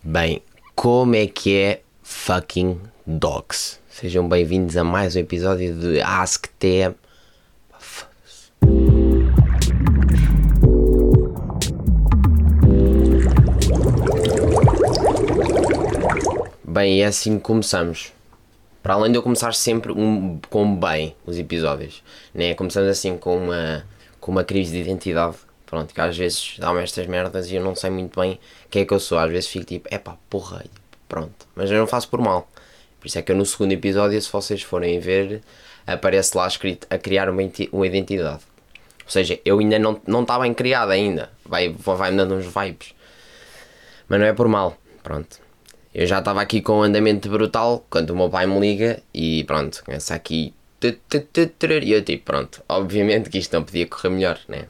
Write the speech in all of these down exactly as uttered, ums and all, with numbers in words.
Bem, como é que é fucking dogs? Sejam bem-vindos a mais um episódio de Ask T M. Bem, é assim que começamos. Para além de eu começar sempre um, com bem os episódios, né? Começamos assim com uma, com uma crise de identidade. Pronto, que às vezes dá-me estas merdas e eu não sei muito bem quem é que eu sou. Às vezes fico tipo, epá, porra, pronto. Mas eu não faço por mal. Por isso é que eu no segundo episódio, se vocês forem ver, aparece lá escrito a criar uma, uma identidade. Ou seja, eu ainda não não está bem criada ainda. Vai, vai-me dando uns vibes. Mas não é por mal, pronto. Eu já estava aqui com um andamento brutal quando o meu pai me liga e pronto, começa aqui. E eu tipo, pronto, obviamente que isto não podia correr melhor, né?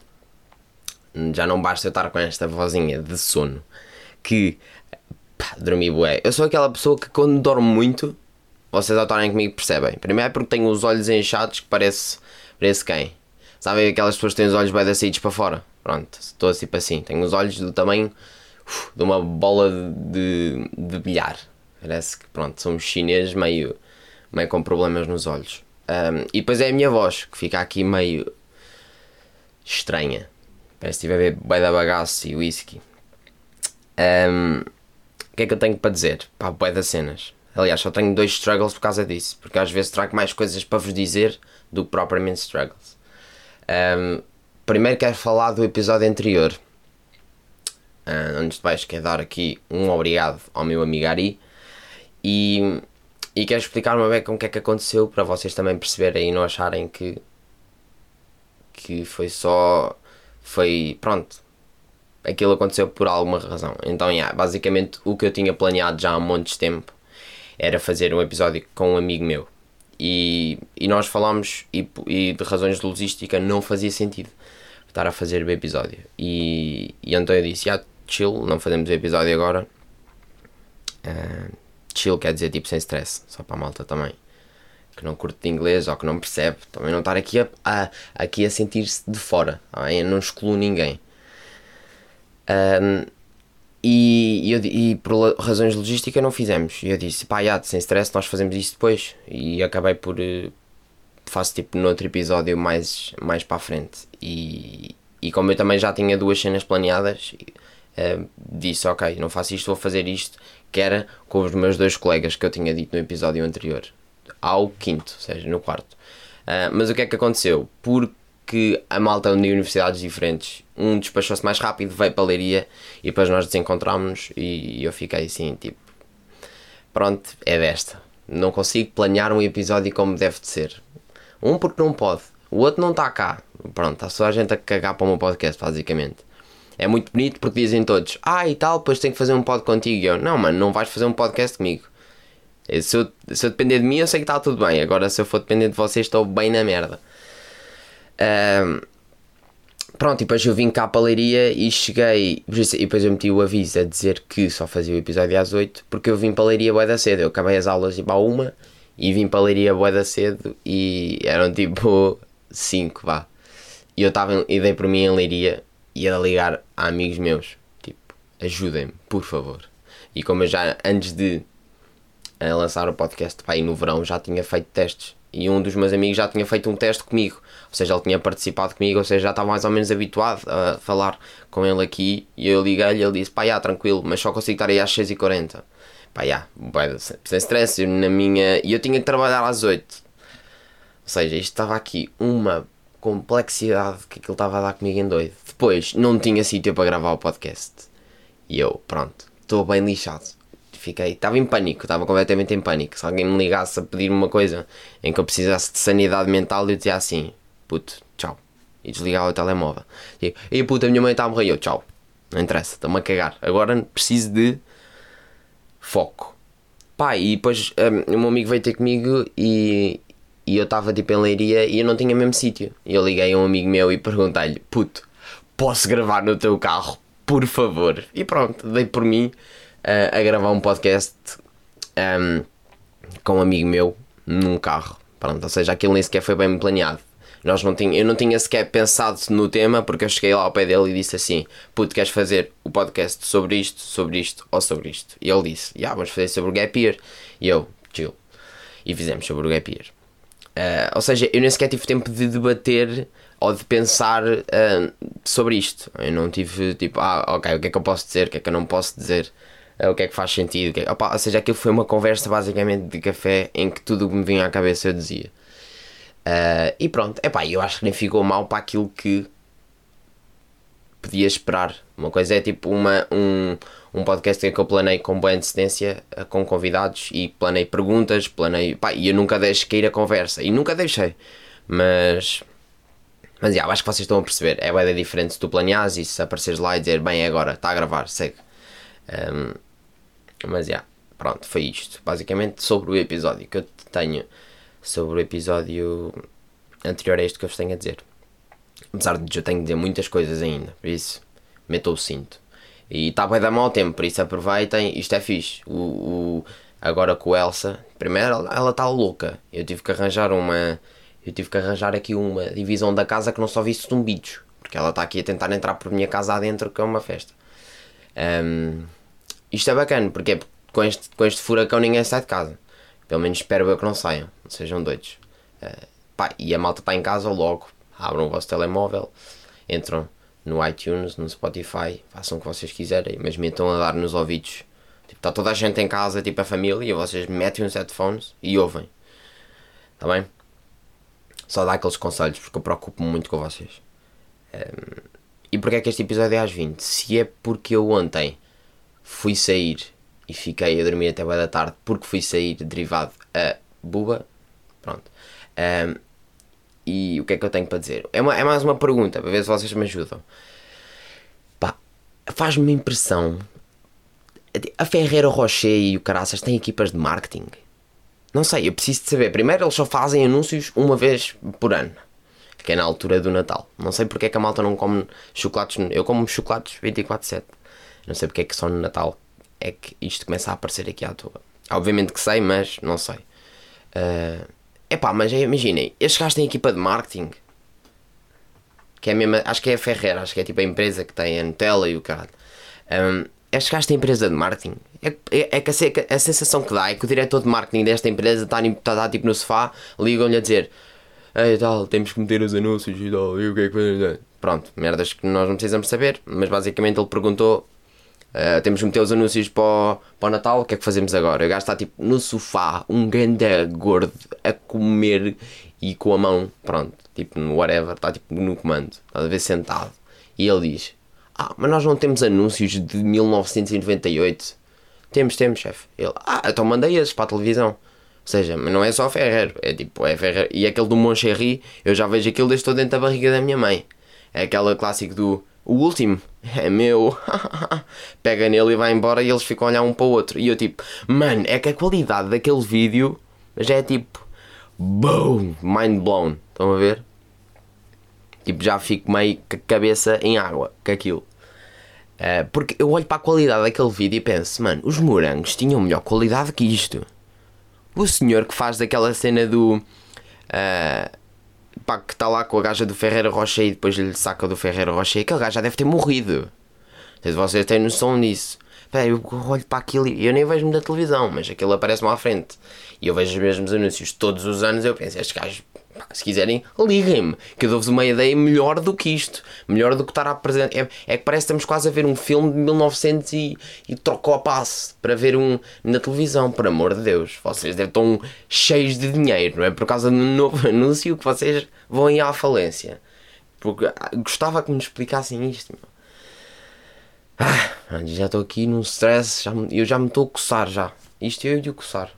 Já não basta eu estar com esta vozinha de sono que pá, dormi bué. Eu sou aquela pessoa que quando dormo muito, vocês ao estarem comigo percebem. Primeiro é porque tenho os olhos inchados que parece, parece quem? Sabem aquelas pessoas que têm os olhos bem saídos para fora? Pronto, estou assim para assim. Tenho os olhos do tamanho uf, de uma bola de, de bilhar. Parece que pronto, somos chineses meio, meio com problemas nos olhos. Um, e depois é a minha voz que fica aqui meio estranha. Parece que estive a ver bué da bagaço e whisky. Um, o que é que eu tenho para dizer? Pá, bué das cenas. Aliás, só tenho dois struggles por causa disso. Porque às vezes trago mais coisas para vos dizer do que propriamente struggles. Um, primeiro quero falar do episódio anterior. Uh, antes de mais quero dar aqui um obrigado ao meu amigo Ari. E, e quero explicar-me bem com o que é que aconteceu. Para vocês também perceberem e não acharem que, que foi só... Foi, pronto, aquilo aconteceu por alguma razão. Então, yeah, basicamente, o que eu tinha planeado já há um monte de tempo era fazer um episódio com um amigo meu. E, e nós falámos, e, e de razões de logística não fazia sentido estar a fazer o episódio. E, e então eu disse, yeah, chill, não fazemos o episódio agora. Uh, chill quer dizer tipo sem stress, só para a malta também que não curte de inglês ou que não percebe, também não estar aqui a, a, aqui a sentir-se de fora, eu não excluo ninguém. Um, e, e, e por razões de logística não fizemos. E eu disse, pá, já, sem stress, nós fazemos isto depois. E acabei por... Faço tipo no outro episódio mais, mais para a frente. E, e como eu também já tinha duas cenas planeadas, uh, disse, ok, não faço isto, vou fazer isto, que era com os meus dois colegas que eu tinha dito no episódio anterior. Ao quinto, ou seja, no quarto. Uh, mas o que é que aconteceu? Porque a malta de universidades diferentes, um despachou-se mais rápido, veio para a Leiria e depois nós desencontramos-nos e eu fiquei assim, tipo, pronto, é desta. Não consigo planear um episódio como deve de ser. Um porque não pode, o outro não está cá. Pronto, está só a gente a cagar para o meu podcast, basicamente. É muito bonito porque dizem todos, ah e tal, depois tenho que fazer um pod contigo. E eu, não mano, não vais fazer um podcast comigo. Se eu, se eu depender de mim, eu sei que está tudo bem. Agora, se eu for depender de vocês, estou bem na merda. Um, pronto, e depois eu vim cá para a Leiria e cheguei. E depois eu meti o aviso a dizer que só fazia o episódio às oito, porque eu vim para a Leiria bué da cedo. Eu acabei as aulas e para uma e vim para a Leiria bué da cedo e eram tipo cinco, vá. E eu estava e dei por mim em Leiria e ia ligar a amigos meus, tipo, ajudem-me, por favor. E como eu já, antes de a lançar o podcast, pá, e no verão já tinha feito testes e um dos meus amigos já tinha feito um teste comigo, ou seja, ele tinha participado comigo, ou seja, já estava mais ou menos habituado a falar com ele aqui e eu liguei-lhe e ele disse, pá, já, tranquilo, mas só consigo estar aí às seis e quarenta, pá, já, sem stress, eu, na minha... e eu tinha que trabalhar às oito, ou seja, isto estava aqui uma complexidade que aquilo estava a dar comigo em doido. Depois, não tinha sítio para gravar o podcast e eu, pronto, estou bem lixado. Fiquei, estava em pânico, estava completamente em pânico. Se alguém me ligasse a pedir-me uma coisa em que eu precisasse de sanidade mental, eu dizia assim, puto, tchau. E desligava o telemóvel. E, e puta, a minha mãe está a morrer, eu, tchau. Não interessa, estou-me a cagar. Agora preciso de foco. Pá, e depois um, o meu amigo veio ter comigo e, e eu estava tipo em Leiria e eu não tinha o mesmo sítio. E eu liguei a um amigo meu e perguntei-lhe, puto, posso gravar no teu carro, por favor? E pronto, dei por mim a, a gravar um podcast um, com um amigo meu num carro. Pronto, ou seja, aquilo nem sequer foi bem planeado. Nós não tinha, eu não tinha sequer pensado no tema, porque eu cheguei lá ao pé dele e disse assim: puto, queres fazer o podcast sobre isto, sobre isto ou sobre isto? E ele disse: yeah, vamos fazer sobre o Gap Year. E eu, chill. E fizemos sobre o Gap Year. Uh, ou seja, eu nem sequer tive tempo de debater ou de pensar uh, sobre isto. Eu não tive tipo, ah, ok, o que é que eu posso dizer, o que é que eu não posso dizer, uh, o que é que faz sentido. O que é... Opa, ou seja, aquilo foi uma conversa basicamente de café em que tudo o que me vinha à cabeça eu dizia. Uh, e pronto, epá, eu acho que nem ficou mal para aquilo que podia esperar. Uma coisa é tipo uma, um, um podcast que eu planei com boa antecedência, com convidados, e planei perguntas, planei, pá, e eu nunca deixo cair a conversa, e nunca deixei, mas mas já, acho que vocês estão a perceber, é bem diferente se tu planeares e se apareceres lá e dizer, bem, é agora, está a gravar, segue. Um, mas já, pronto, foi isto, basicamente sobre o episódio que eu tenho, sobre o episódio anterior a este que eu vos tenho a dizer. Apesar de eu tenho de dizer muitas coisas ainda, por isso metam o cinto. E está bem dar mau tempo, por isso aproveitem, isto é fixe. O, o, agora com a Elsa, primeiro ela está louca, eu tive que arranjar uma, eu tive que arranjar aqui uma divisão da casa que não só visse zumbidos, porque ela está aqui a tentar entrar por minha casa adentro, que é uma festa. Um, isto é bacana, porque com este, com este furacão ninguém sai de casa, pelo menos espero eu que não saiam, não sejam doidos. Uh, pá, e a malta está em casa logo. Abram o vosso telemóvel, entram no iTunes, no Spotify, façam o que vocês quiserem, mas metam a dar nos ouvidos. Tipo, está toda a gente em casa, tipo a família, e vocês metem os headphones e ouvem. Está bem? Só dá aqueles conselhos, porque eu preocupo-me muito com vocês. Um, e porque é que este episódio é às vinte? Se é porque eu ontem fui sair e fiquei a dormir até bem da tarde, porque fui sair derivado a buba, pronto. Um, E o que é que eu tenho para dizer? É, uma, é mais uma pergunta, para ver se vocês me ajudam. Pá, faz-me uma impressão. A Ferreira Rocher e o Caraças têm equipas de marketing? Não sei, eu preciso de saber. Primeiro, eles só fazem anúncios uma vez por ano, que é na altura do Natal. Não sei porque é que a malta não come chocolates. Eu como chocolates vinte e quatro sete. Não sei porque é que só no Natal é que isto começa a aparecer aqui à toa. Obviamente que sei, mas não sei. Uh, Epá, mas imaginem, estes gajos têm equipa de marketing, que é a mesma, acho que é a Ferreira, acho que é tipo a empresa que tem a Nutella e o caralho. Um, estes gajos têm empresa de marketing. É, é, é que a, a sensação que dá é que o diretor de marketing desta empresa está, está, está tipo no sofá, ligam-lhe a dizer: ei tal, temos que meter os anúncios e tal, e o que é que vai. Pronto, merdas que nós não precisamos saber, mas basicamente ele perguntou: Uh, temos que meter os anúncios para o, para o Natal, o que é que fazemos agora? O gajo está tipo no sofá, um grande gordo, a comer e com a mão, pronto, tipo no whatever, está tipo no comando, está a ver sentado. E ele diz: ah, mas nós não temos anúncios de mil novecentos e noventa e oito? Temos, temos, chefe. Ele: ah, então mandei esses para a televisão. Ou seja, mas não é só Ferreiro, é tipo, é Ferreiro. E aquele do Moncherry, eu já vejo aquilo desde estou dentro da barriga da minha mãe. É aquele clássico do: o último é meu. Pega nele e vai embora, e eles ficam a olhar um para o outro. E eu tipo, mano, é que a qualidade daquele vídeo já é tipo, boom, mind blown. Estão a ver? Tipo, já fico meio com a cabeça em água com aquilo. Uh, porque eu olho para a qualidade daquele vídeo e penso, mano, os morangos tinham melhor qualidade que isto. O senhor que faz daquela cena do... Uh, pá, que está lá com a gaja do Ferreira Rocher e depois lhe saca do Ferreira Rocher, aquele gajo já deve ter morrido. Não sei se vocês têm noção disso. Pá, eu olho para aquilo e eu nem vejo-me da televisão, mas aquilo aparece-me à frente. E eu vejo os mesmos anúncios todos os anos. Eu penso, estes gajos, pá, se quiserem, liguem-me, que eu dou-vos uma ideia melhor do que isto. Melhor do que estar a apresentar. É, é que parece que estamos quase a ver um filme de mil e novecentos e, e trocou a passe para ver um na televisão. Por amor de Deus, vocês devem estar cheios de dinheiro, não é? Por causa do novo anúncio que vocês vão ir à falência. Porque ah, gostava que me explicassem isto, meu. Ah, já estou aqui num stress, já, eu já me estou a coçar já. Isto eu e o coçar.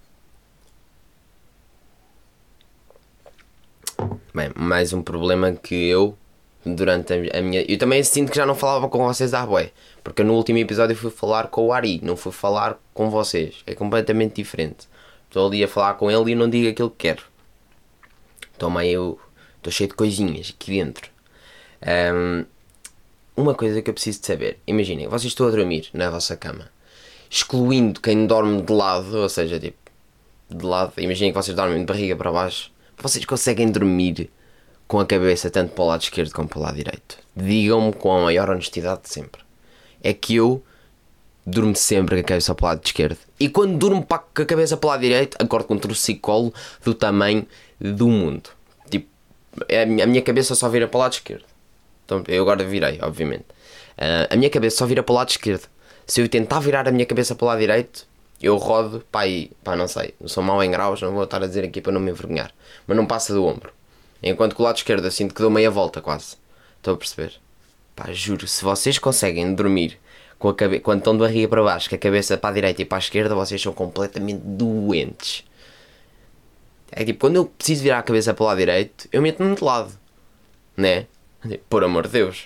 Bem, mais um problema que eu, durante a minha... Eu também sinto que já não falava com vocês à bué. Porque no último episódio fui falar com o Ari, não fui falar com vocês. É completamente diferente. Estou ali a falar com ele e não digo aquilo que quero. Estou meio... Estou cheio de coisinhas aqui dentro. Um, uma coisa que eu preciso de saber. Imaginem, vocês estão a dormir na vossa cama. Excluindo quem dorme de lado, ou seja, tipo... De lado. Imaginem que vocês dormem de barriga para baixo. Vocês conseguem dormir com a cabeça tanto para o lado esquerdo como para o lado direito. Digam-me com a maior honestidade de sempre. É que eu durmo sempre com a cabeça para o lado esquerdo. E quando durmo com a cabeça para o lado direito, acordo com um torcicolo do tamanho do mundo. Tipo, a minha cabeça só vira para o lado esquerdo. Então, eu agora virei, obviamente. Uh, a minha cabeça só vira para o lado esquerdo. Se eu tentar virar a minha cabeça para o lado direito, eu rodo, pá, e, pá, não sei. Eu sou mau em graus, não vou estar a dizer aqui para não me envergonhar. Mas não passa do ombro. Enquanto que o lado esquerdo eu sinto que dou meia volta quase. Estão a perceber? Pá, juro, se vocês conseguem dormir com a cabe... quando estão de barriga para baixo, com a cabeça para a direita e para a esquerda, vocês são completamente doentes. É tipo, quando eu preciso virar a cabeça para o lado direito, eu meto-me de lado. Né? Por amor de Deus.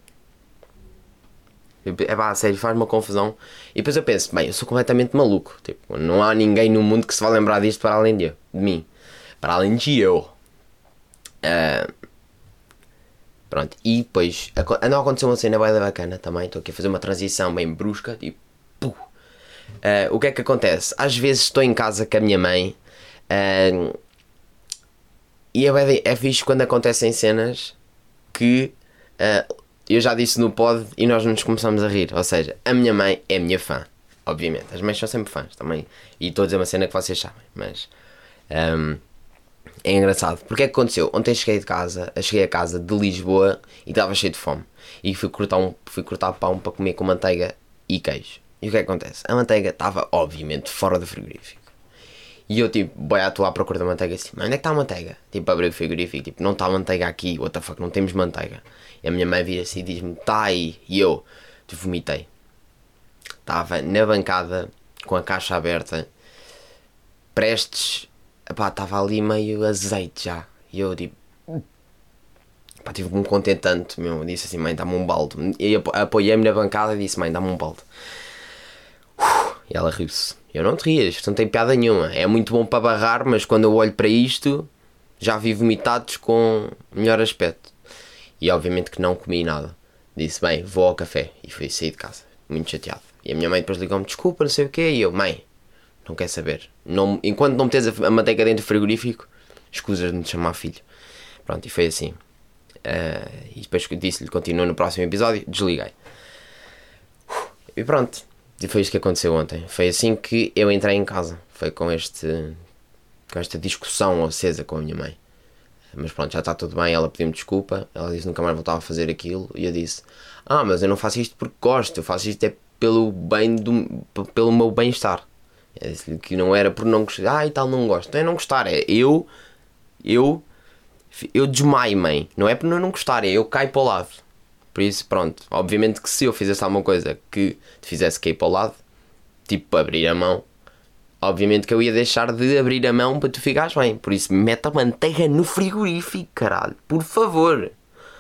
É pá, sério, faz uma confusão. E depois eu penso, bem, eu sou completamente maluco. Tipo, não há ninguém no mundo que se vá lembrar disto para além de eu. De mim. Para além de eu. Uh, pronto, e depois andou a acontecer uma cena bem bacana também. Estou aqui a fazer uma transição bem brusca. Tipo, uh, o que é que acontece? Às vezes estou em casa com a minha mãe. Uh, e é, é fixe quando acontecem cenas que uh, eu já disse no pod e nós nos começamos a rir. Ou seja, a minha mãe é minha fã. Obviamente, as mães são sempre fãs também. E estou a dizer uma cena que vocês sabem. Mas um, é engraçado. Porque é que aconteceu? Ontem cheguei de casa, cheguei a casa de Lisboa e estava cheio de fome. E fui cortar, um, fui cortar pão para comer com manteiga e queijo. E o que é que acontece? A manteiga estava obviamente fora do frigorífico. E eu tipo, boi à tua à procura da manteiga assim, mas onde é que está a manteiga? Tipo, abri o frigorífico, tipo, não está a manteiga aqui, what the fuck, não temos manteiga. E a minha mãe vira assim e diz-me, está aí. E eu, tipo, vomitei. Estava na bancada, com a caixa aberta, prestes, pá, estava ali meio azeite já. E eu tipo, pá, tive um contentante, meu, disse assim, mãe, dá-me um balde. E eu apoiei-me na bancada e disse, mãe, dá-me um balde. E ela riu-se. Eu não te rias, isto não tem piada nenhuma. É muito bom para barrar, mas quando eu olho para isto, já vi vomitados com melhor aspecto. E obviamente que não comi nada. Disse, bem, vou ao café. E fui sair de casa, muito chateado. E a minha mãe depois ligou-me, desculpa, não sei o quê. E eu, mãe, não quer saber. Não, enquanto não metes a manteiga dentro do frigorífico, escusas de me chamar filho. Pronto, e foi assim. Uh, e depois disse-lhe, continua no próximo episódio, desliguei. E pronto. E foi isto que aconteceu ontem. Foi assim que eu entrei em casa. Foi com este com esta discussão acesa com a minha mãe. Mas pronto, já está tudo bem. Ela pediu-me desculpa. Ela disse que nunca mais voltava a fazer aquilo. E eu disse, ah, mas eu não faço isto porque gosto. Eu faço isto é pelo bem do, pelo meu bem-estar. Eu disse-lhe que não era por não gostar. Ah, e tal, não gosto. Não é não gostar. É eu Eu Eu desmaio, mãe. Não é por não gostar. É eu caio para o lado. Por isso, pronto, obviamente que se eu fizesse alguma coisa que te fizesse cair para o lado, tipo abrir a mão, obviamente que eu ia deixar de abrir a mão para tu ficares bem. Por isso, mete a manteiga no frigorífico, caralho, por favor.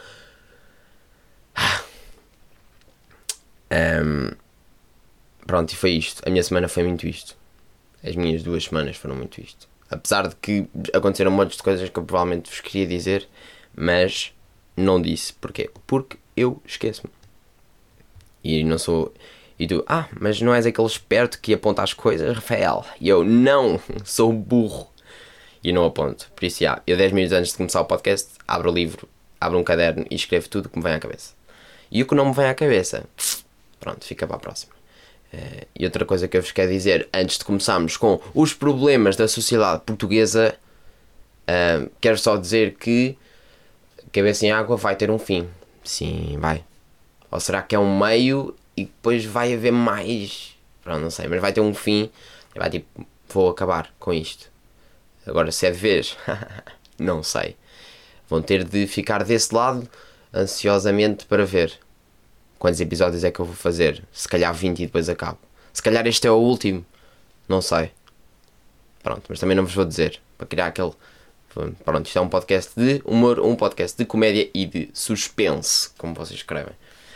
Um, pronto, e foi isto. A minha semana foi muito isto. As minhas duas semanas foram muito isto. Apesar de que aconteceram um monte de coisas que eu provavelmente vos queria dizer, mas não disse. Porquê? Porque eu esqueço-me. E não sou... E tu, ah, mas não és aquele esperto que aponta as coisas, Rafael? E eu, não, sou burro. E não aponto. Por isso, já, eu dez minutos antes de começar o podcast, abro o livro, abro um caderno e escrevo tudo o que me vem à cabeça. E o que não me vem à cabeça, pronto, fica para a próxima. Uh, e outra coisa que eu vos quero dizer, antes de começarmos com os problemas da sociedade portuguesa, uh, quero só dizer que Cabeça em Água vai ter um fim. Sim, vai. Ou será que é um meio e depois vai haver mais? Pronto, não sei, mas vai ter um fim. E vai tipo, vou acabar com isto. Agora, se é de vez, não sei. Vão ter de ficar desse lado ansiosamente para ver quantos episódios é que eu vou fazer. Se calhar vinte e depois acabo. Se calhar este é o último. Não sei. Pronto, mas também não vos vou dizer. Para criar aquele... Pronto, isto é um podcast de humor, um podcast de comédia e de suspense, como vocês escrevem.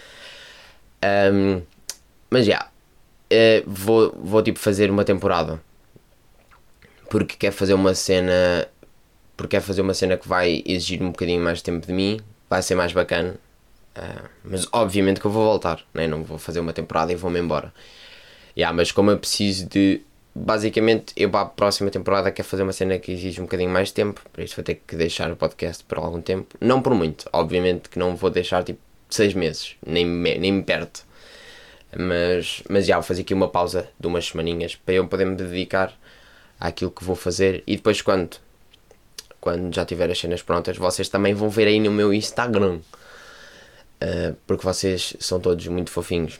Um, mas já, uh, vou, vou tipo fazer uma temporada. Porque quero fazer uma cena... Porque quero fazer uma cena que vai exigir um bocadinho mais tempo de mim. Vai ser mais bacana. Uh, mas obviamente que eu vou voltar, né? Não vou fazer uma temporada e vou-me embora. Yeah, mas como eu preciso de basicamente, eu para a próxima temporada quero fazer uma cena que exige um bocadinho mais tempo, por isso vou ter que deixar o podcast por algum tempo. Não por muito, obviamente que não vou deixar tipo seis meses, nem, me, nem me perto. Mas, mas já vou fazer aqui uma pausa de umas semaninhas para eu poder me dedicar àquilo que vou fazer. E depois quando, quando já tiver as cenas prontas, vocês também vão ver aí no meu Instagram. Uh, porque vocês são todos muito fofinhos.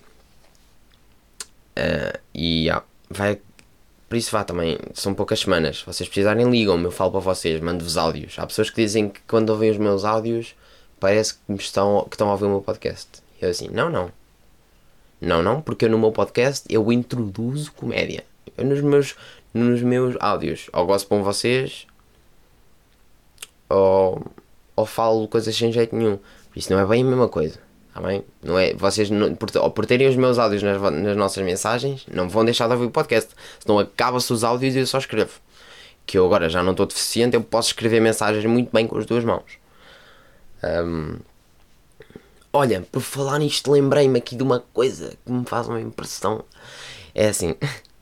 Uh, e yeah, vai, por isso vá também, são poucas semanas. Se vocês precisarem, ligam-me, eu falo para vocês, mando-vos áudios. Há pessoas que dizem que quando ouvem os meus áudios parece que, me estão, que estão a ouvir o meu podcast. Eu assim, não, não. Não, não, porque eu no meu podcast eu introduzo comédia. Eu nos meus, nos meus áudios, ou gosto com vocês, ou, ou falo coisas sem jeito nenhum. Isso não é bem a mesma coisa, está bem? Não é, vocês, não, por, ou por terem os meus áudios nas, nas nossas mensagens, não vão deixar de ouvir o podcast. Senão acaba-se os áudios e eu só escrevo. Que eu agora já não estou deficiente, eu posso escrever mensagens muito bem com as duas mãos. Um, Olha, por falar nisto, lembrei-me aqui de uma coisa que me faz uma impressão. É assim,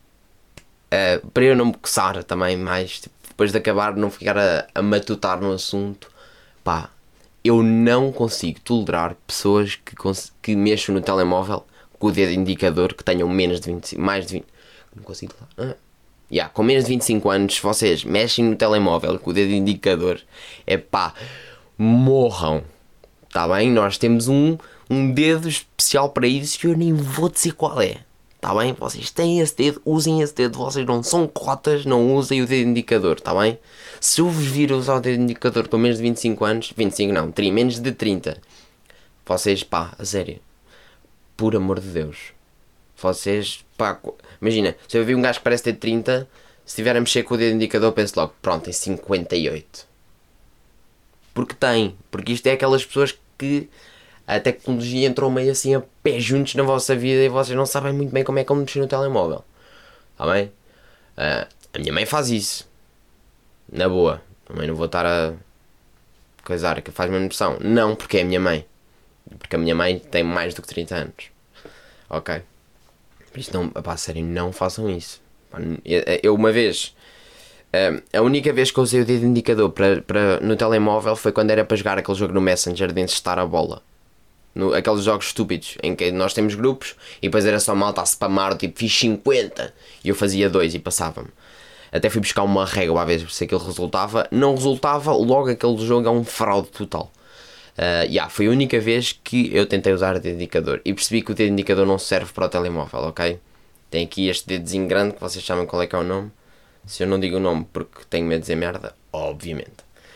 uh, para eu não me coçar também mais, tipo, depois de acabar, não ficar a, a matutar no assunto, pá, eu não consigo tolerar pessoas que, cons- que mexam no telemóvel com o dedo indicador que tenham menos de vinte, mais de vinte. Não consigo falar. Ah. Yeah, com menos de vinte e cinco anos, se vocês mexem no telemóvel com o dedo indicador, é pá, morram. Está bem? Nós temos um, um dedo especial para isso que eu nem vou dizer qual é. Está bem? Vocês têm esse dedo, usem esse dedo. Vocês não são cotas, não usem o dedo indicador. Está bem? Se eu vos vir usar o dedo indicador com menos de vinte e cinco anos, vinte e cinco não, trinta, menos de trinta, vocês, pá, a sério, por amor de Deus, vocês, pá, imagina, se eu vi um gajo que parece ter trinta, se estiver a mexer com o dedo indicador, penso logo, pronto, tem cinquenta e oito. Porque tem, porque isto é aquelas pessoas que a tecnologia entrou meio assim a pé juntos na vossa vida e vocês não sabem muito bem como é que vão mexer no telemóvel. Está bem? Uh, a minha mãe faz isso. Na boa. Também não vou estar a coisar que faz-me impressão. Não, porque é a minha mãe. Porque a minha mãe tem mais do que trinta anos. Ok? Por isso não, pá, sério, não façam isso. Eu, eu uma vez... Uh, a única vez que eu usei o dedo indicador para, para, no telemóvel foi quando era para jogar aquele jogo no Messenger de encestar a bola. No, aqueles jogos estúpidos em que nós temos grupos e depois era só malta a spamar, tipo, fiz cinquenta e eu fazia dois e passava-me. Até fui buscar uma régua a ver se aquilo resultava. Não resultava, logo aquele jogo é um fraude total. Uh, yeah, foi a única vez que eu tentei usar o dedo indicador e percebi que o dedo indicador não serve para o telemóvel, ok? Tem aqui este dedozinho grande que vocês sabem qual é que é o nome. Se eu não digo o nome porque tenho medo de dizer merda, obviamente.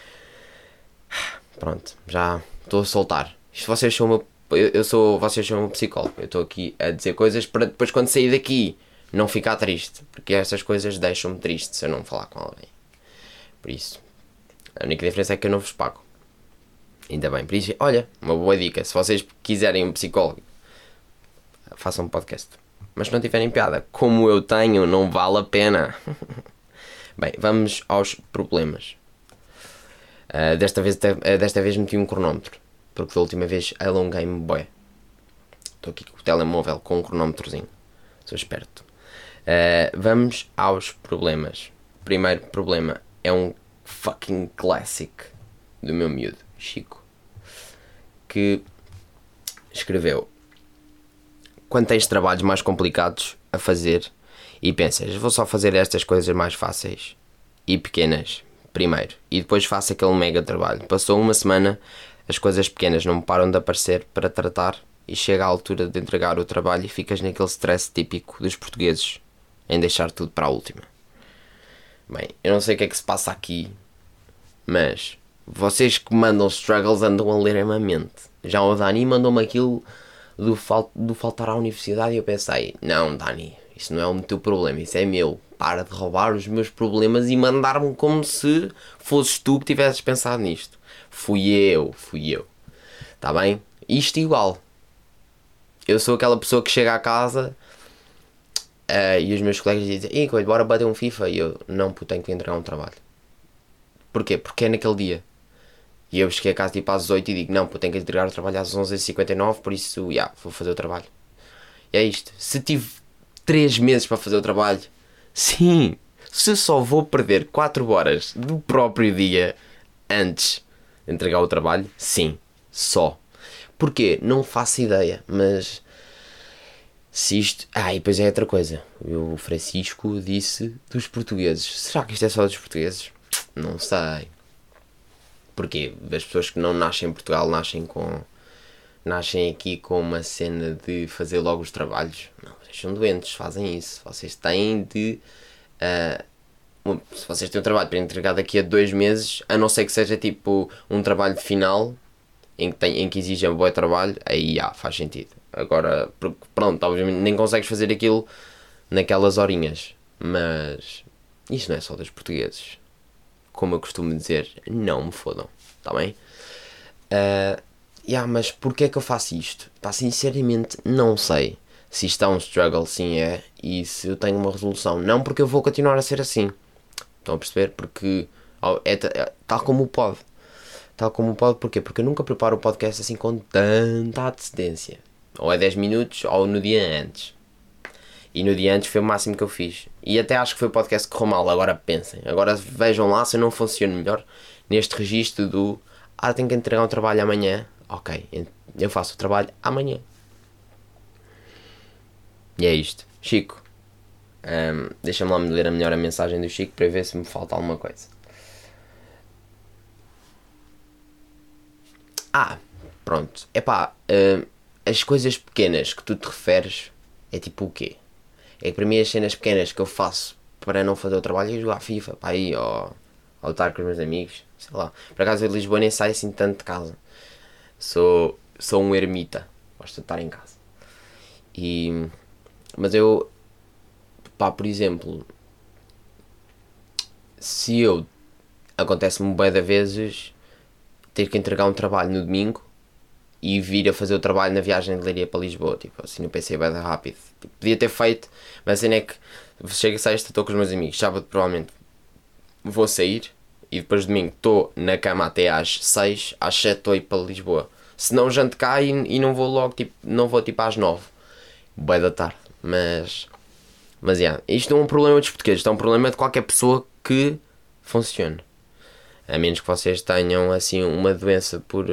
Pronto, já estou a soltar. Isto vocês são uma, eu, eu sou, vocês são um psicólogo. Eu estou aqui a dizer coisas para depois quando sair daqui não ficar triste. Porque essas coisas deixam-me triste se eu não falar com alguém. Por isso, a única diferença é que eu não vos pago. Ainda bem, por isso, olha, uma boa dica. Se vocês quiserem um psicólogo, façam um podcast. Mas se não tiverem piada, como eu tenho, não vale a pena. Bem, vamos aos problemas. Uh, desta, vez, uh, desta vez meti um cronómetro, porque da última vez alonguei-me bué. Estou aqui com o telemóvel com um cronómetrozinho. Sou esperto. Uh, vamos aos problemas. O primeiro problema é um fucking classic do meu miúdo, Chico, que escreveu: quando tens trabalhos mais complicados a fazer e pensas, vou só fazer estas coisas mais fáceis e pequenas primeiro e depois faço aquele mega trabalho. Passou uma semana, as coisas pequenas não me param de aparecer para tratar e chega à altura de entregar o trabalho e ficas naquele stress típico dos portugueses em deixar tudo para a última. Bem, eu não sei o que é que se passa aqui, mas vocês que mandam struggles andam a ler a mente. Já o Dani mandou-me aquilo do, fal- do faltar à universidade e eu pensei, não Dani, isso não é o teu problema, isso é meu. Para de roubar os meus problemas e mandar-me como se fosses tu que tivesses pensado nisto. Fui eu, fui eu. Está bem? Isto igual. Eu sou aquela pessoa que chega à casa uh, e os meus colegas dizem, ei, coisa, bora bater um FIFA. E eu, não, puto, tenho que entregar um trabalho. Porquê? Porque é naquele dia. E eu cheguei a casa tipo às oito e digo, não, puto, tenho que entregar o trabalho às onze e cinquenta e nove, por isso, já, yeah, vou fazer o trabalho. E é isto. Se tive três meses para fazer o trabalho, Sim, se só vou perder quatro horas do próprio dia antes de entregar o trabalho, sim, só. Porquê? Não faço ideia, mas se isto... Ah, e depois é outra coisa. O Francisco disse dos portugueses. Será que isto é só dos portugueses? Não sei. Porquê? Das pessoas que não nascem em Portugal, nascem com... Nascem aqui com uma cena de fazer logo os trabalhos. Não, vocês são doentes, fazem isso. Vocês têm de... Uh, se vocês têm um trabalho para entregar daqui a dois meses, a não ser que seja tipo um trabalho final em que, tem, em que exige um bom trabalho, aí ah, faz sentido. Agora, pronto, obviamente nem consegues fazer aquilo naquelas horinhas. Mas isto não é só dos portugueses. Como eu costumo dizer, não me fodam, está bem? Uh, yeah, mas porquê é que eu faço isto? Pá, sinceramente, não sei. Se isto é um struggle, sim é. E se eu tenho uma resolução, não, porque eu vou continuar a ser assim. Estão a perceber? Porque é, é tal como o pod. Tal como o pod, porquê? Porque eu nunca preparo o podcast assim com tanta antecedência. Ou é dez minutos, ou no dia antes. E no dia antes foi o máximo que eu fiz. E até acho que foi o podcast que correu mal. Agora pensem. Agora vejam lá se eu não funciono melhor neste registro do... Ah, tenho que entregar um trabalho amanhã. Ok, eu faço o trabalho amanhã. E é isto. Chico, um, deixa-me lá ler a melhor a mensagem do Chico para ver se me falta alguma coisa. Ah, pronto. Epá, uh, as coisas pequenas que tu te referes é tipo o quê? É que para mim as cenas pequenas que eu faço para não fazer o trabalho é jogar FIFA, pá, aí, ou, ou estar com os meus amigos, sei lá. Por acaso eu de Lisboa nem saio assim tanto de casa. Sou, sou um ermita, gosto de estar em casa. E... Mas eu, pá, por exemplo, se eu, acontece-me bem de vezes, ter que entregar um trabalho no domingo e vir a fazer o trabalho na viagem de Leiria para Lisboa, tipo, assim no P C bem rápido. Tipo, podia ter feito, mas a cena é que chego a sexta, estou com os meus amigos, sábado provavelmente vou sair e depois domingo estou na cama até às seis, às sete estou a ir para Lisboa. Se não janto cá e, e não vou logo, tipo, não vou tipo às nove, bem da tarde. Mas, mas, yeah, isto não é um problema dos portugueses, isto é um problema de qualquer pessoa que funcione. A menos que vocês tenham, assim, uma doença por,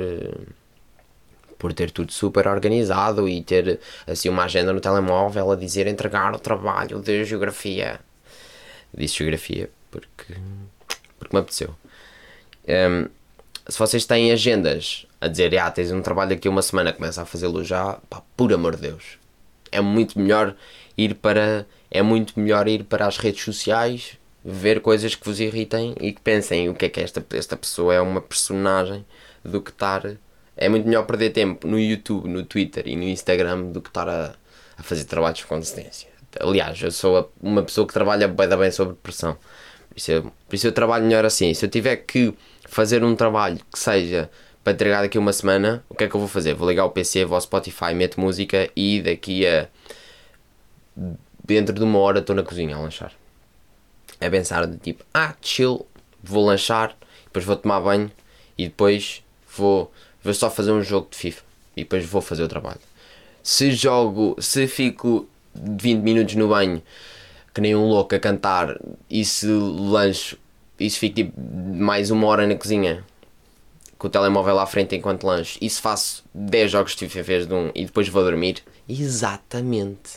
por ter tudo super organizado e ter, assim, uma agenda no telemóvel a dizer entregar o trabalho de geografia. Disse geografia porque, porque me apeteceu. Um, se vocês têm agendas a dizer, ah, tens um trabalho daqui a uma semana, começa a fazê-lo já, pá, por amor de Deus. É muito melhor ir para é muito melhor ir para as redes sociais, ver coisas que vos irritem e que pensem o que é que esta, esta pessoa é uma personagem, do que estar... É muito melhor perder tempo no YouTube, no Twitter e no Instagram do que estar a, a fazer trabalhos com consistência. Aliás, eu sou a, uma pessoa que trabalha bem, bem sobre pressão. Por isso, eu, por isso eu trabalho melhor assim. Se eu tiver que fazer um trabalho que seja para entregar daqui a uma semana, o que é que eu vou fazer? Vou ligar o P C, vou ao Spotify, meto música e daqui a... dentro de uma hora estou na cozinha a lanchar. A pensar de tipo, ah, chill, vou lanchar, depois vou tomar banho e depois vou, vou só fazer um jogo de FIFA e depois vou fazer o trabalho. Se jogo, se fico vinte minutos no banho que nem um louco a cantar e se lancho e se fico tipo, mais uma hora na cozinha com o telemóvel à frente enquanto lancho e se faço dez jogos de FIFA em vez de um e depois vou dormir, exatamente,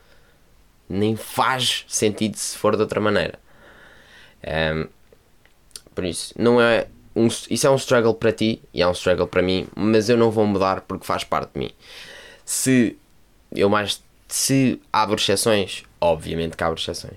nem faz sentido se for de outra maneira. Um, por isso, não é um, isso é um struggle para ti e é um struggle para mim, mas eu não vou mudar porque faz parte de mim. Se eu mais se abro exceções, obviamente que abro exceções.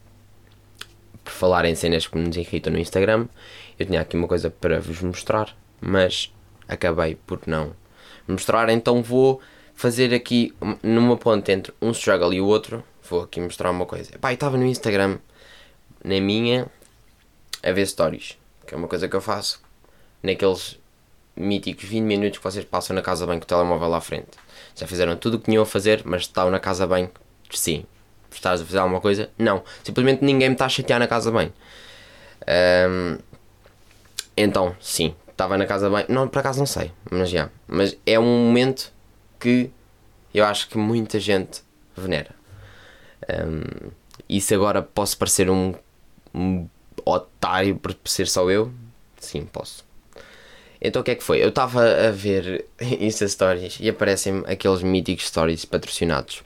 Por falar em cenas que nos irritam no Instagram, eu tinha aqui uma coisa para vos mostrar, mas acabei por não mostrar, então vou fazer aqui numa ponte entre um struggle e o outro. Vou aqui mostrar uma coisa. Pá, eu estava no Instagram, na minha, a ver stories, que é uma coisa que eu faço naqueles míticos vinte minutos que vocês passam na casa bem com o telemóvel à frente. Já fizeram tudo o que tinham a fazer, mas estavam na casa bem, sim. Estás a fazer alguma coisa? Não. Simplesmente ninguém me está a chatear na casa bem. Um, então, sim, estava na casa bem. Não, por acaso não sei, mas já. Mas é um momento que eu acho que muita gente venera. Um, E se agora posso parecer um, um otário por ser só eu? Sim, posso. Então o que é que foi? Eu estava a ver Insta Stories e aparecem-me aqueles míticos stories patrocinados.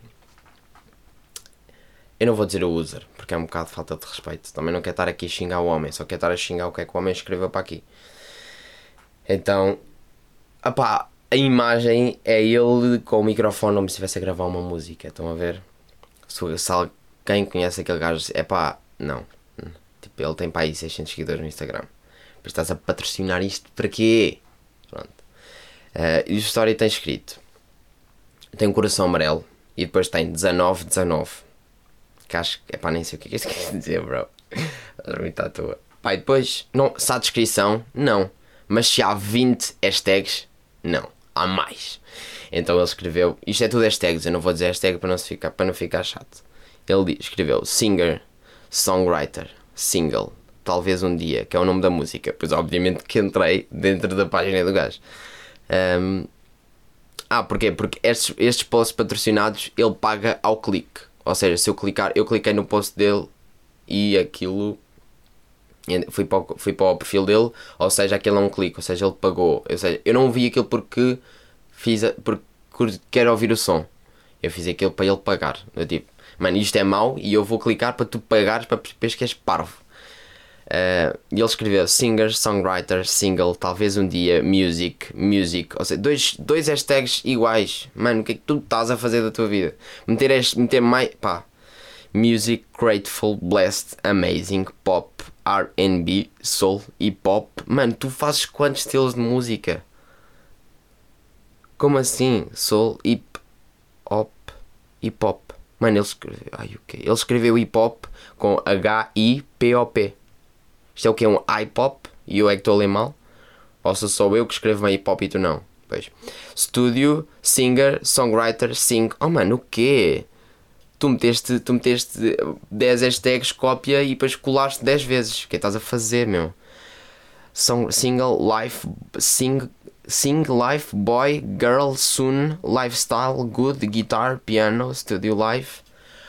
Eu não vou dizer o user, porque é um bocado de falta de respeito. Também não quero estar aqui a xingar o homem, só quero estar a xingar o que é que o homem escreveu para aqui. Então, opá, a imagem é ele com o microfone como se estivesse a gravar uma música. Estão a ver? Se, se alguém conhece aquele gajo, é pá, não. Tipo, ele tem para aí seiscentos seguidores no Instagram. Mas estás a patrocinar isto para quê? Pronto. Uh, e o story tem escrito: tem um coração amarelo e depois tem dezanove dezanove. Que acho que, epá, nem sei o que é que isto quer dizer, bro. Estás muito à toa. Pá, e depois, não, se há descrição, não. Mas se há vinte hashtags, não. Há mais. Então ele escreveu, isto é tudo hashtags, eu não vou dizer hashtag para não, se ficar, para não ficar chato. Ele escreveu singer, songwriter, single, talvez um dia, que é o nome da música. Pois obviamente que entrei dentro da página do gajo. Um, ah, porquê? Porque estes, estes posts patrocinados ele paga ao clique. Ou seja, se eu clicar, eu cliquei no post dele e aquilo fui para, o, fui para o perfil dele, ou seja, aquilo é um clique, ou seja, ele pagou. Ou seja, eu não vi aquilo porque fiz a, porque quero ouvir o som. Eu fiz aquilo para ele pagar. Eu tipo, mano, isto é mau e eu vou clicar para tu pagares para perceberes que és parvo. Uh, e ele escreveu singer, songwriter, single, talvez um dia, music, music. Ou seja, dois, dois hashtags iguais. Mano, o que é que tu estás a fazer da tua vida? Meter, meter mais. Pá. Music, grateful, blessed, amazing, pop, R and B, soul e pop. Mano, tu fazes quantos estilos de música? Como assim? Soul, hip hop e pop. Mano, ele escreveu. Ai, o quê? Ele escreveu hip hop com H I P O P. Isto é o que? Um hip-hop? E eu é que estou a ler mal? Ou se sou eu que escrevo uma hip-hop e tu não? Pois. Studio, singer, songwriter, sing. Oh mano, o quê? Tu meteste, tu meteste dez hashtags, cópia e depois colaste dez vezes. O que é que estás a fazer, meu? Song, single, life, sing, sing, life, boy, girl, soon, lifestyle, good, guitar, piano, studio, life.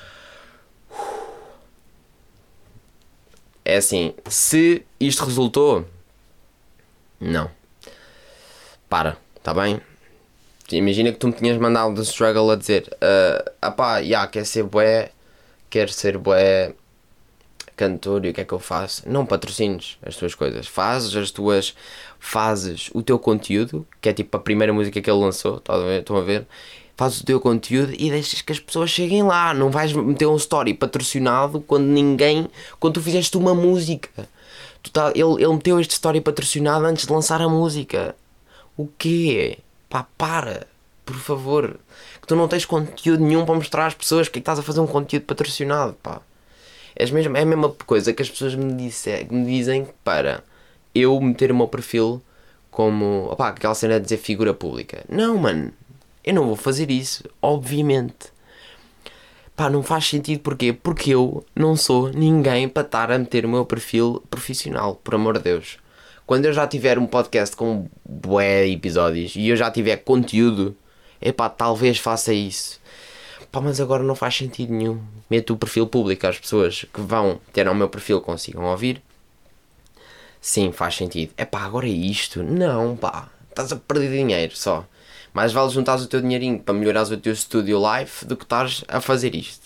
É assim, se isto resultou, não. Para, tá bem? Imagina que tu me tinhas mandado do struggle a dizer uh, apá, já, yeah, quer ser bué, quer ser bué cantor e o que é que eu faço? Não patrocines as tuas coisas. Fazes as tuas, fazes o teu conteúdo, que é tipo a primeira música que ele lançou, estão a ver? Estão a ver? Fazes o teu conteúdo e deixas que as pessoas cheguem lá. Não vais meter um story patrocinado quando ninguém, quando tu fizeste uma música. Tu tá, ele, ele meteu este story patrocinado antes de lançar a música. O quê? Pá, para, por favor. Que tu não tens conteúdo nenhum para mostrar às pessoas. Porque é que estás a fazer um conteúdo patrocinado, pá? É, mesmo, é a mesma coisa que as pessoas me, disse, me dizem para eu meter o meu perfil como, opá, aquela cena de dizer figura pública. Não, mano. Eu não vou fazer isso, obviamente. Pá, não faz sentido, porquê? Porque eu não sou ninguém para estar a meter o meu perfil profissional, por amor de Deus. Quando eu já tiver um podcast com bué episódios e eu já tiver conteúdo, epá, talvez faça isso. Pá, mas agora não faz sentido nenhum. Meto o perfil público, às pessoas que vão ter ao meu perfil consigam ouvir. Sim, faz sentido. Epá, agora é isto? Não, pá, estás a perder dinheiro só. Mais vale juntares o teu dinheirinho para melhorares o teu studio life do que estares a fazer isto.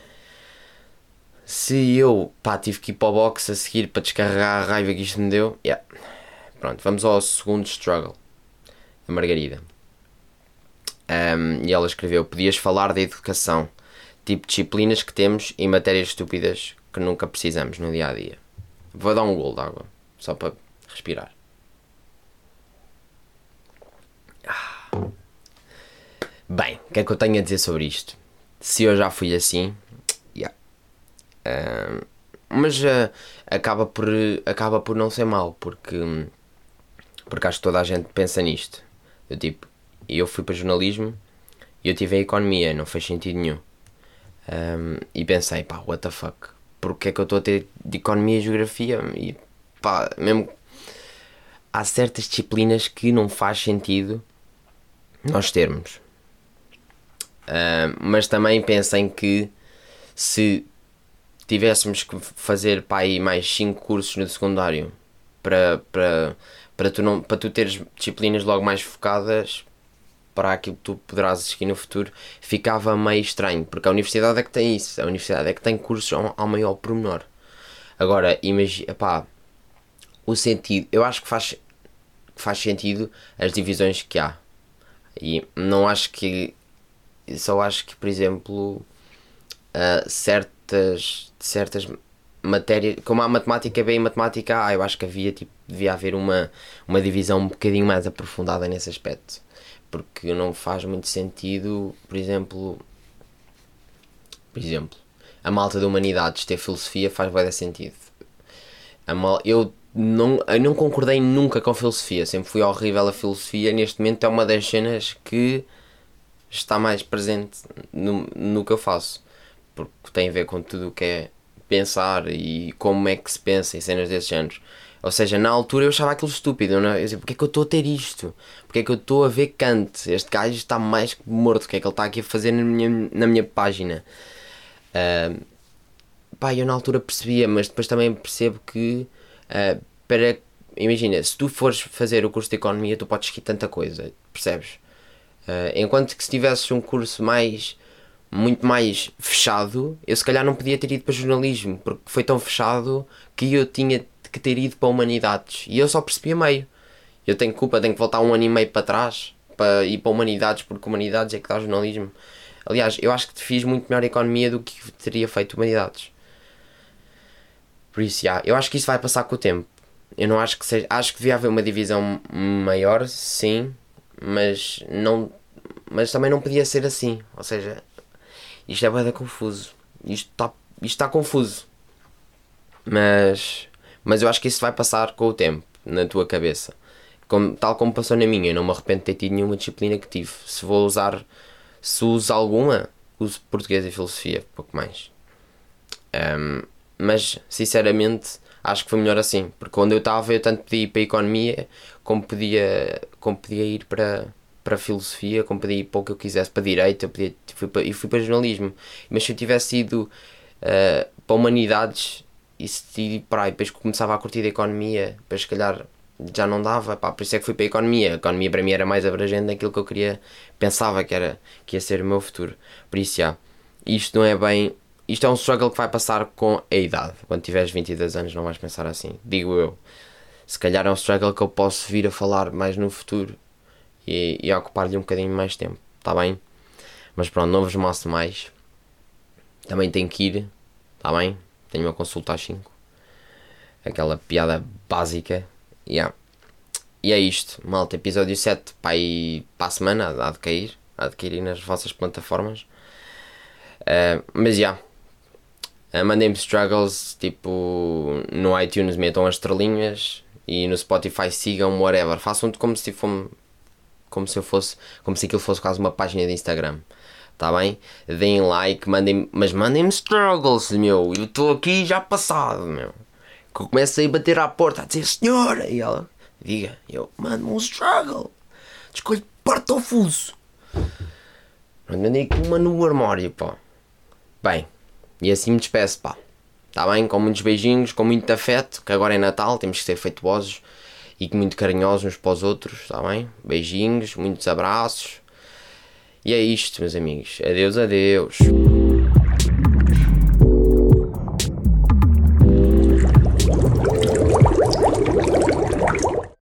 Se eu, pá, tive que ir para o box a seguir para descarregar a raiva que isto me deu, yeah. Pronto, vamos ao segundo struggle. A Margarida. Um, e ela escreveu: podias falar da educação, tipo de disciplinas que temos e matérias estúpidas que nunca precisamos no dia a dia. Vou dar um golo de água, só para respirar. Bem, o que é que eu tenho a dizer sobre isto? Se eu já fui assim, yeah. uh, mas uh, acaba, por, acaba por não ser mau, porque, porque acho que toda a gente pensa nisto. Eu, tipo, eu fui para jornalismo e eu tive a economia, não fez sentido nenhum. Um, e pensei, pá, what the fuck? Porque é que eu estou a ter de economia e geografia? E pá, mesmo há certas disciplinas que não faz sentido nós termos. Uh, mas também pensem que se tivéssemos que fazer para aí mais cinco cursos no secundário para, para, para, tu não, para tu teres disciplinas logo mais focadas para aquilo que tu poderás seguir no futuro, ficava meio estranho, porque a universidade é que tem isso, a universidade é que tem cursos ao, ao maior pormenor. Agora, imagina, pá, o sentido, eu acho que faz, faz sentido as divisões que há, e não acho que, só acho que, por exemplo, uh, certas, certas matérias, como a matemática B e matemática A, eu acho que havia, tipo, devia haver uma, uma divisão um bocadinho mais aprofundada nesse aspecto. Porque não faz muito sentido, por exemplo, por exemplo, a malta de humanidades ter filosofia faz bem sentido. A mal, eu, não, eu não concordei nunca com filosofia, sempre fui horrível a filosofia. Neste momento é uma das cenas que está mais presente no, no que eu faço, porque tem a ver com tudo o que é pensar e como é que se pensa em cenas desses géneros. Ou seja, na altura eu achava aquilo estúpido, não é? Eu dizia, porque é que eu estou a ter isto? Porque é que eu estou a ver Kant? Este gajo está mais que morto, o que é que ele está aqui a fazer na minha, na minha página? Uh, pá, eu na altura percebia, mas depois também percebo que, uh, para, imagina, se tu fores fazer o curso de Economia, tu podes seguir tanta coisa, percebes? Uh, enquanto que se tivesses um curso mais, muito mais fechado, eu se calhar não podia ter ido para jornalismo, porque foi tão fechado que eu tinha que ter ido para humanidades e eu só percebi a meio. Eu tenho culpa, tenho que voltar um ano e meio para trás para ir para humanidades, porque humanidades é que dá jornalismo. Aliás, eu acho que fiz muito melhor economia do que teria feito humanidades. Por isso, já, eu acho que isso vai passar com o tempo. Eu não acho que seja, acho que devia haver uma divisão maior, sim, mas não, mas também não podia ser assim. Ou seja, isto é bem confuso. Isto está, isto está confuso. Mas Mas eu acho que isso vai passar com o tempo, na tua cabeça. Como, tal como passou na minha, eu não me arrependo de ter tido nenhuma disciplina que tive. Se vou usar, se uso alguma, uso português e filosofia, pouco mais. Um, mas, sinceramente, acho que foi melhor assim. Porque quando eu estava, eu tanto podia ir para a economia, como podia, como podia ir para, para a filosofia, como podia ir para o que eu quisesse, para direito, eu podia, fui para, e fui para jornalismo. Mas se eu tivesse ido uh, para humanidades, e se pá, e depois começava a curtir a economia, depois se calhar já não dava, pá, por isso é que fui para a economia. A economia para mim era mais abrangente daquilo que eu queria, pensava que, era, que ia ser o meu futuro. Por isso, já, isto não é bem, isto é um struggle que vai passar com a idade. Quando tiveres vinte e dois anos não vais pensar assim, digo eu. Se calhar é um struggle que eu posso vir a falar mais no futuro e, e a ocupar-lhe um bocadinho mais tempo, está bem? Mas pronto, não vos maço mais. Também tenho que ir, está bem? Tenho uma consulta às cinco. Aquela piada básica. Yeah. E é isto, malta. Episódio sete para aí para a semana. Há de cair. Há de cair nas vossas plataformas. Uh, mas já. Yeah. Uh, Mandem-me struggles. Tipo, no iTunes metam as estrelinhas. E no Spotify sigam, whatever. Façam como se, for, como se eu fosse. Como se aquilo fosse quase uma página de Instagram. Tá bem? Deem like, mandem, mas mandem-me struggles, meu. Eu estou aqui já passado, meu. Que eu começo a ir bater à porta a dizer senhora. E ela, diga, eu mando-me um struggle. Escolho parte ao fuso. Mandei aqui uma no armário, pá. Bem, e assim me despeço, pá. Tá bem? Com muitos beijinhos, com muito afeto, que agora é Natal, temos que ser feituosos e muito carinhosos uns para os outros, tá bem? Beijinhos, muitos abraços. E é isto, meus amigos. Adeus, adeus.